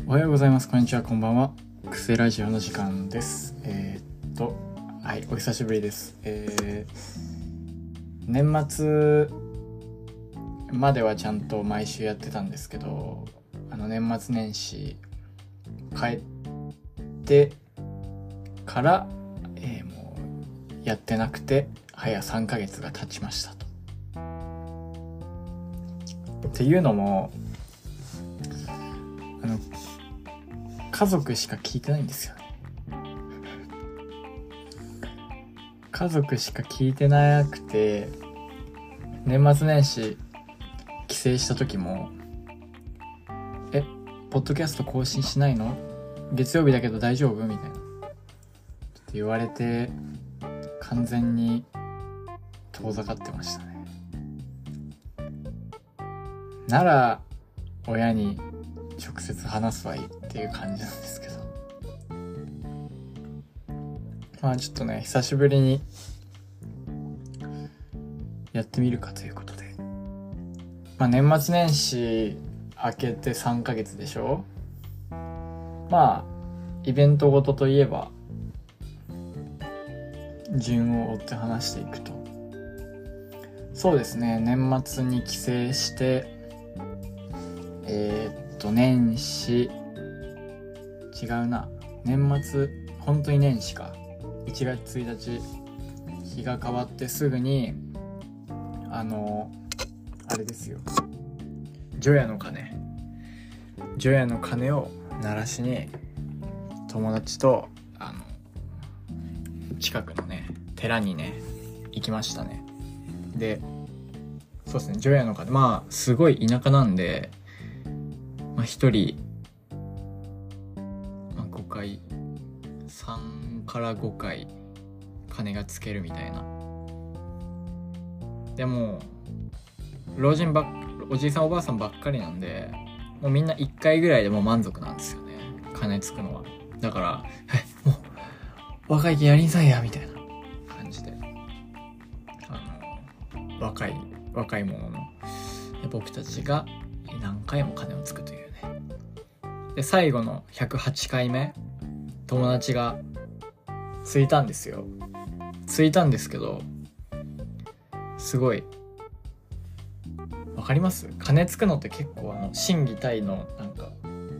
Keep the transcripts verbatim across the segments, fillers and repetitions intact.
おはようございます。こんにちは。こんばんは。クセラジオの時間です。えー、っとはいお久しぶりです。えー、年末まではちゃんと毎週やってたんですけど、あの年末年始帰ってから、えー、もうやってなくて早さんかげつが経ちましたと。っていうのもあの家族しか聞いてないんですよね。家族しか聞いてなくて、年末年始帰省した時もえポッドキャスト更新しないの？月曜日だけど大丈夫？みたいなちょっと言われて完全に遠ざかってましたね。なら親に直接話すわいいっていう感じなんですけど、まあちょっとね久しぶりにやってみるかということで、まあ年末年始明けてさんかげつでしょ。まあイベントごとといえば順を追って話していくと、そうですね、年末に帰省してえー、っと年始違うな年末本当に年始かいちがつついたち日が変わってすぐにあのあれですよ、除夜の鐘除夜の鐘を鳴らしに友達とあの近くのね寺にね行きましたね。でそうですね、除夜の鐘、まあすごい田舎なんで、まあ、ひとり、まあ、ごかいさんからごかい鐘がつけるみたいな。でも老人ばっおじいさんおばあさんばっかりなんで、もうみんないっかいぐらいでもう満足なんですよね、鐘つくのは。だからえもう若い気やりんさいやみたいな感じで、あの若い若い者の僕たちが何回も鐘をつくというね。で最後のひゃくはちかいめ友達がついたんですよ。ついたんですけどすごいわかります？鐘つくのって結構あの心技体のなんか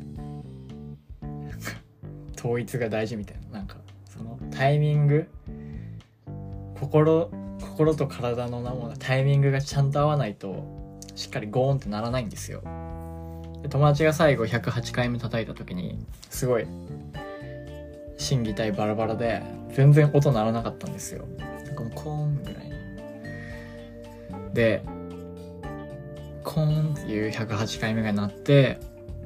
統一が大事みたいな、なんかそのタイミング、心心と体のなタイミングがちゃんと合わないとしっかりゴーンってならないんですよ。で友達が最後ひゃくはちかいめ叩いた時にすごい心技体バラバラで全然音鳴らなかったんですよ。なんかもうコーンぐらいでコーンっていうひゃくはちかいめが鳴って、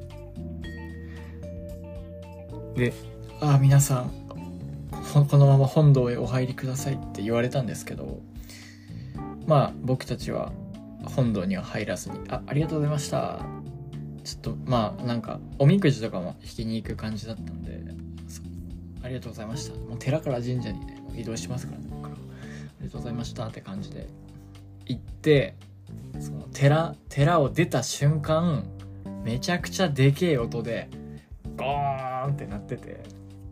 でああ皆さんこのまま本堂へお入りくださいって言われたんですけど、まあ僕たちは本堂には入らずに、あありがとうございました、ちょっとまあなんかおみくじとかも引きに行く感じだったんで、ありがとうございました、もう寺から神社にね移動しますからね、僕からありがとうございましたって感じで行って、その寺寺を出た瞬間めちゃくちゃでけえ音でゴーンってなってて、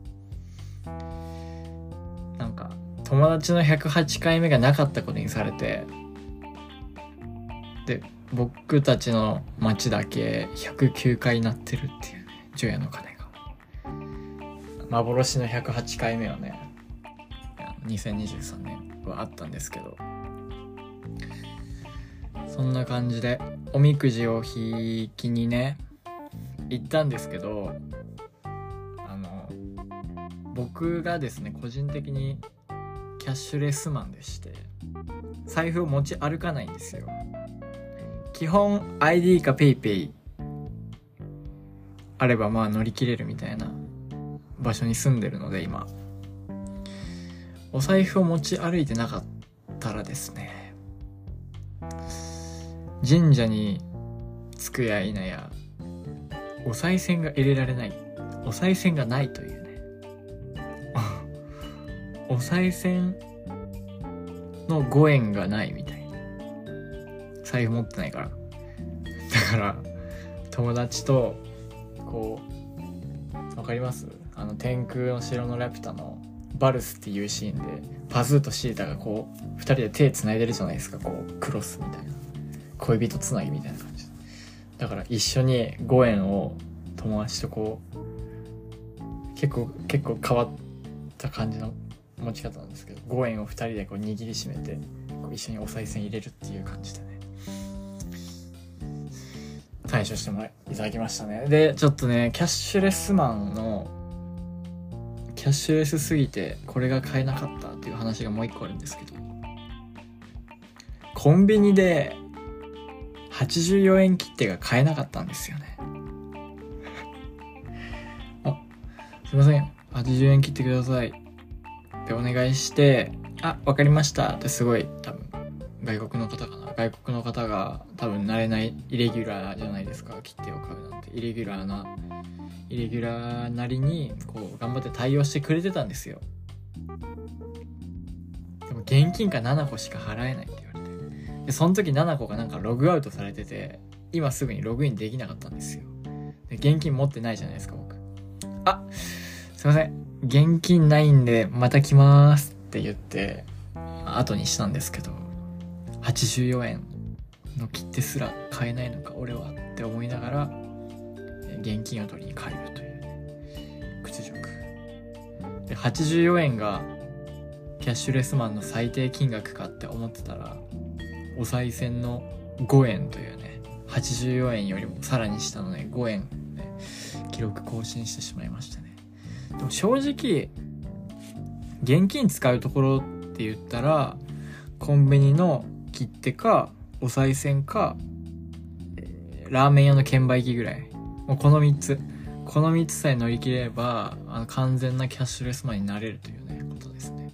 なんか友達のひゃくはちかいめがなかったことにされて、で僕たちの町だけひゃくきゅうかい鳴ってるっていうね、除夜の鐘が幻のひゃくはちかいめはねにせんにじゅうさんねんはあったんですけど、そんな感じでおみくじを引きにね行ったんですけど、あの僕がですね個人的にキャッシュレスマンでして、財布を持ち歩かないんですよ。基本 アイディー か PayPay あればまあ乗り切れるみたいな場所に住んでるので、今お財布を持ち歩いてなかったらですね、神社に着くや否やお賽銭が入れられない、お賽銭がないというねお賽銭のごえんがないみたいな、財布持ってないから。だから友達とこうわかります？あの天空の城のラピュタのバルスっていうシーンでパズーとシータがこうふたりで手つないでるじゃないですか。こうクロスみたいな恋人つなぎみたいな感じだから、一緒にごえんを友達とこう結構結構変わった感じの持ち方なんですけど、ごえんをふたりでこう握りしめてこう一緒にお賽銭入れるっていう感じでね対処してもらいいただきましたね。でちょっとね、キャッシュレスマンのキャッシュレスすぎてこれが買えなかったっていう話がもう一個あるんですけど、コンビニではちじゅうよえん切手が買えなかったんですよね。あ、すいません、はちじゅうえん切ってくださいってお願いして、あ、わかりましたってすごい多分外国の方かな外国の方が多分慣れないイレギュラーじゃないですか、切手を買うなんて。イレギュラーなイレギュラーなりにこう頑張って対応してくれてたんですよ。でも現金がななこしか払えないって言われて、でその時ななこがなんかログアウトされてて今すぐにログインできなかったんですよ。で現金持ってないじゃないですか僕。あ、すいません、現金ないんでまた来ますって言って後にしたんですけど、はちじゅうよえんの切手すら買えないのか俺はって思いながら現金を取りに帰るという、ね、屈辱で、はちじゅうよえんがキャッシュレスマンの最低金額かって思ってたら、お賽銭のごえんというね、はちじゅうよえんよりもさらに下のねごえん、ね、記録更新してしまいましたね。でも正直現金使うところって言ったらコンビニの切手かお賽銭か、えー、ラーメン屋の券売機ぐらい、もうこのみっつこのみっつさえ乗り切れればあの完全なキャッシュレスマンになれるというねことですね。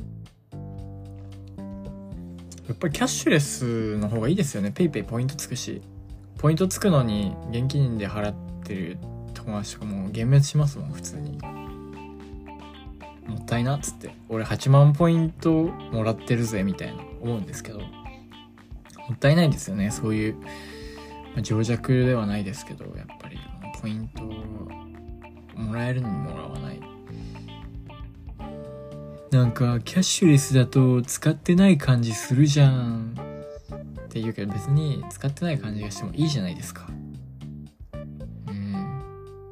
やっぱりキャッシュレスの方がいいですよね。ペイペイポイントつくし、ポイントつくのに現金で払ってる友達とかもう幻滅しますもん普通に。もったいなっつって、俺はちまんポイントもらってるぜみたいな思うんですけど、もったいないですよね。そういう、まあ、情弱ではないですけど、やっぱりポイントもらえるのにもらわない、なんかキャッシュレスだと使ってない感じするじゃんって言うけど、別に使ってない感じがしてもいいじゃないですか。うん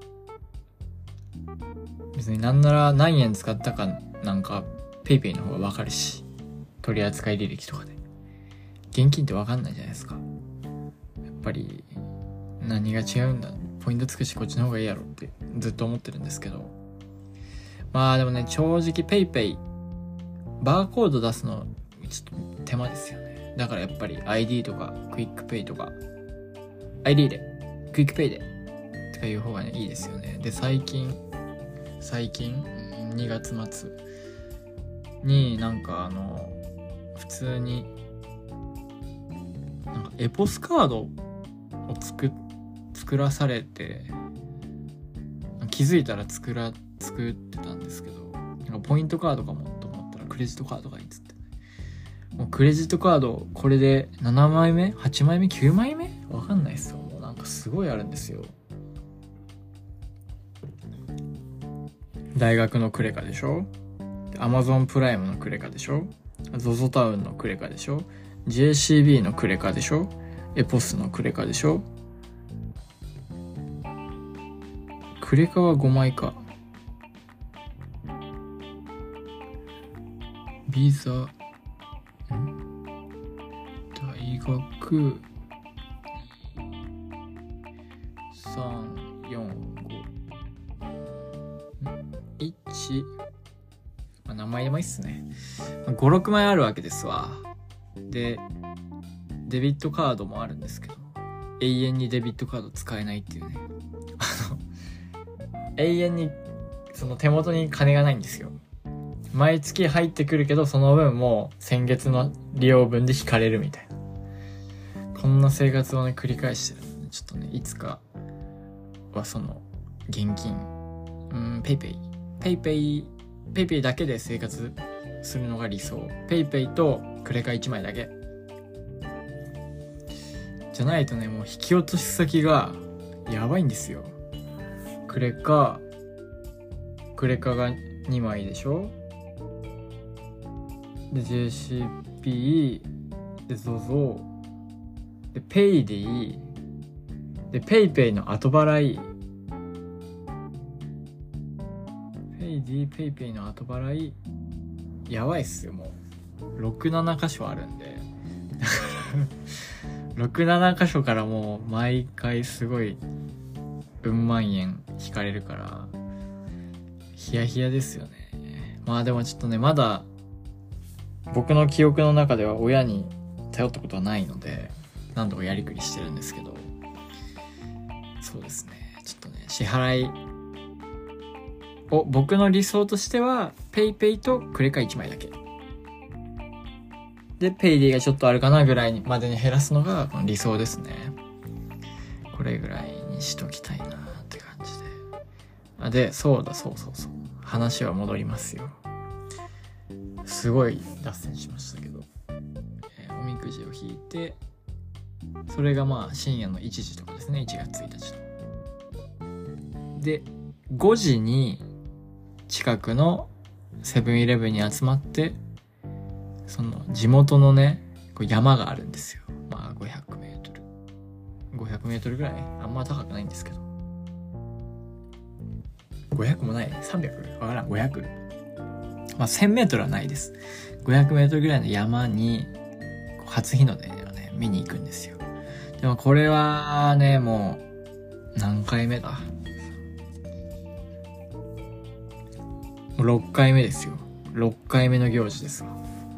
別になんなら何円使ったかなんかペイペイの方が分かるし、取扱履歴とかで。現金って分かんないじゃないですか。やっぱり何が違うんだ、ポイントつくしこっちの方がいいやろってずっと思ってるんですけど、まあでもね、正直ペイペイバーコード出すのちょっと手間ですよね。だからやっぱり アイディー とかクイックペイとか アイディー でクイックペイでとかいう方がねいいですよね。で最近最近にがつ末になんかあの普通になんかエポスカードを作作らされて、気づいたら作ら作ってたんですけど、なんかポイントカードかもと思ったらクレジットカードがいいっつって、もうクレジットカードこれでななまいめはちまいめきゅうまいめわかんないっすよ。もうなんかすごいあるんですよ。大学のクレカでしょ、アマゾンプライムのクレカでしょ、 ゾゾ タウンのクレカでしょ、 ジェーシービー のクレカでしょ、エポスのクレカでしょ。クレカはごまいか。ビザん大学さんよんごいち、まあ、名前でもいいっすね。ごろくまいあるわけですわ。でデビットカードもあるんですけど、永遠にデビットカード使えないっていうね。あの永遠にその手元に金がないんですよ。毎月入ってくるけどその分もう先月の利用分で引かれるみたいな、こんな生活をね繰り返してるんで、ちょっとねいつかはその現金うんペイペイペイペイペイペイだけで生活するのが理想。ペイペイとクレカいちまいだけじゃないとね、もう引き落とし先がやばいんですよ。クレカクレカがにまいでしょ。で ジェーシーピー で ゾゾ でペイディでペイペイの後払い、ペイディペイペイの後払いやばいっすよ。もうろくなな箇所あるんでろくなな箇所からもう毎回すごいうん万円引かれるからヒヤヒヤですよね。まあでもちょっとね、まだ僕の記憶の中では親に頼ったことはないので何度かやりくりしてるんですけど、そうですね、ちょっとね支払いを僕の理想としてはペイペイとクレカいちまいだけでペイディがちょっとあるかなぐらいにまでに減らすのがこの理想ですね。これぐらいにしときたいなって感じで。あでそうだそうそうそう話は戻りますよ。すごい脱線しましたけど、えー、おみくじを引いて、それがまあ深夜のいちじとかですね、いちがつついたちのでごじに近くのセブンイレブンに集まって、その地元のねこう山があるんですよ。まあごひゃくメートルごひゃくメートルぐらい、あんま高くないんですけど、ごひゃくもない、さんびゃくわからん、ごひゃく、まあせんメートルはないです。ごひゃくメートルぐらいの山に初日の出をね見に行くんですよ。でもこれはねもう何回目だ、もうろっかいめですよ。ろっかいめの行事ですわ。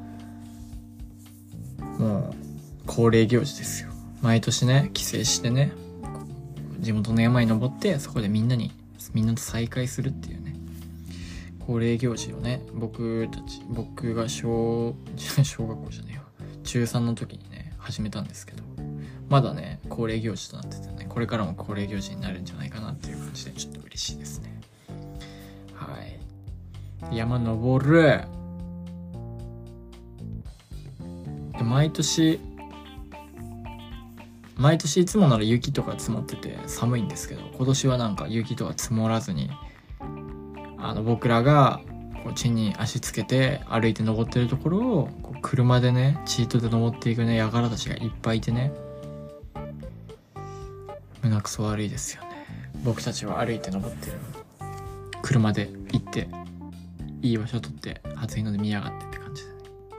もう恒例行事ですよ。毎年ね帰省してね地元の山に登って、そこでみんなにみんなと再会するっていうね恒例行事をね、僕たち僕が小小学校じゃねえよ中さんの時にね始めたんですけど、まだね恒例行事となっててね、これからも恒例行事になるんじゃないかなっていう感じでちょっと嬉しいですね。はい、山登る。で毎年毎年いつもなら雪とか積もってて寒いんですけど、今年はなんか雪とか積もらずに、あの僕らがこう地に足つけて歩いて登ってるところをこう車でねチートで登っていくね輩たちがいっぱいいてね、胸くそ悪いですよね。僕たちは歩いて登ってる、車で行っていい場所取って初日の出見やがってって感じでね、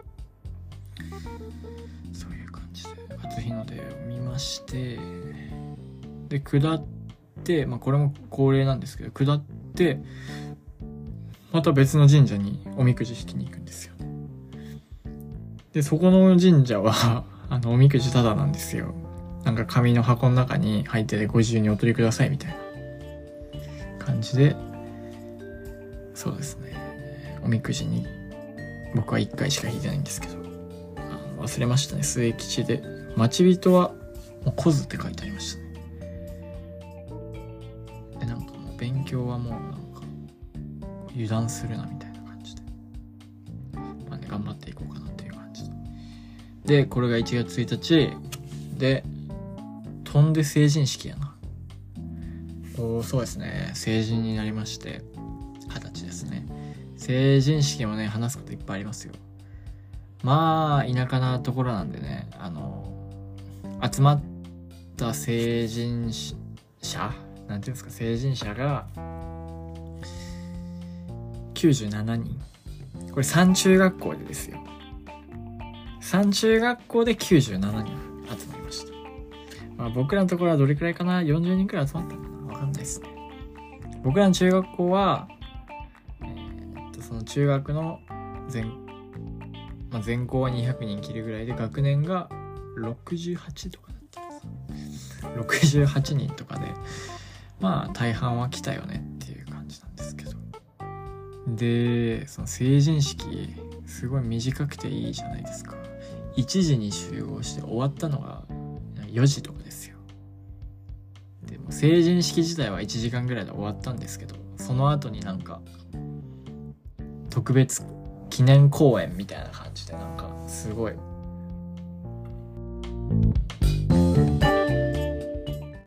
そういう感じで初日の出を見まして、で下って、まあこれも恒例なんですけど、下ってまた別の神社におみくじ引きに行くんですよ。でそこの神社はあのおみくじタダなんですよ。なんか紙の箱の中に入っててご自由にお取りくださいみたいな感じで、そうですね、おみくじに僕はいっかいしか引いてないんですけど、あ忘れましたね、末吉で待ち人はもう来ずって書いてありましたね。でなんかもう勉強はもうなんか油断するなみたいな感じで、まあね頑張っていこうかなっていう感じで、これがいちがつついたちで飛んで成人式やな。おそうですね、成人になりましてはたちですね。成人式もね話すこといっぱいありますよ。まあ田舎なところなんでね、あの集まった成人者なんていうんですか、成人者がきゅうじゅうななにん、これさん中学校でですよ。さん中学校できゅうじゅうななにん集まりました。まあ、僕らのところはどれくらいかな、よんじゅうにんくらい集まったかな、わかんないですね。僕らの中学校は、えー、っとその中学の全、まあ、全校はにひゃくにん切るぐらいで、学年がろくじゅうはちとかだったんですろくじゅうはちにんとかで、まあ大半は来たよねっていう感じなんですけど、でその成人式すごい短くていいじゃないですか。いちじに集合して終わったのがよじとかですよ。でも成人式自体はいちじかんぐらいで終わったんですけど、その後になんか特別記念公演みたいな感じで、なんかすごい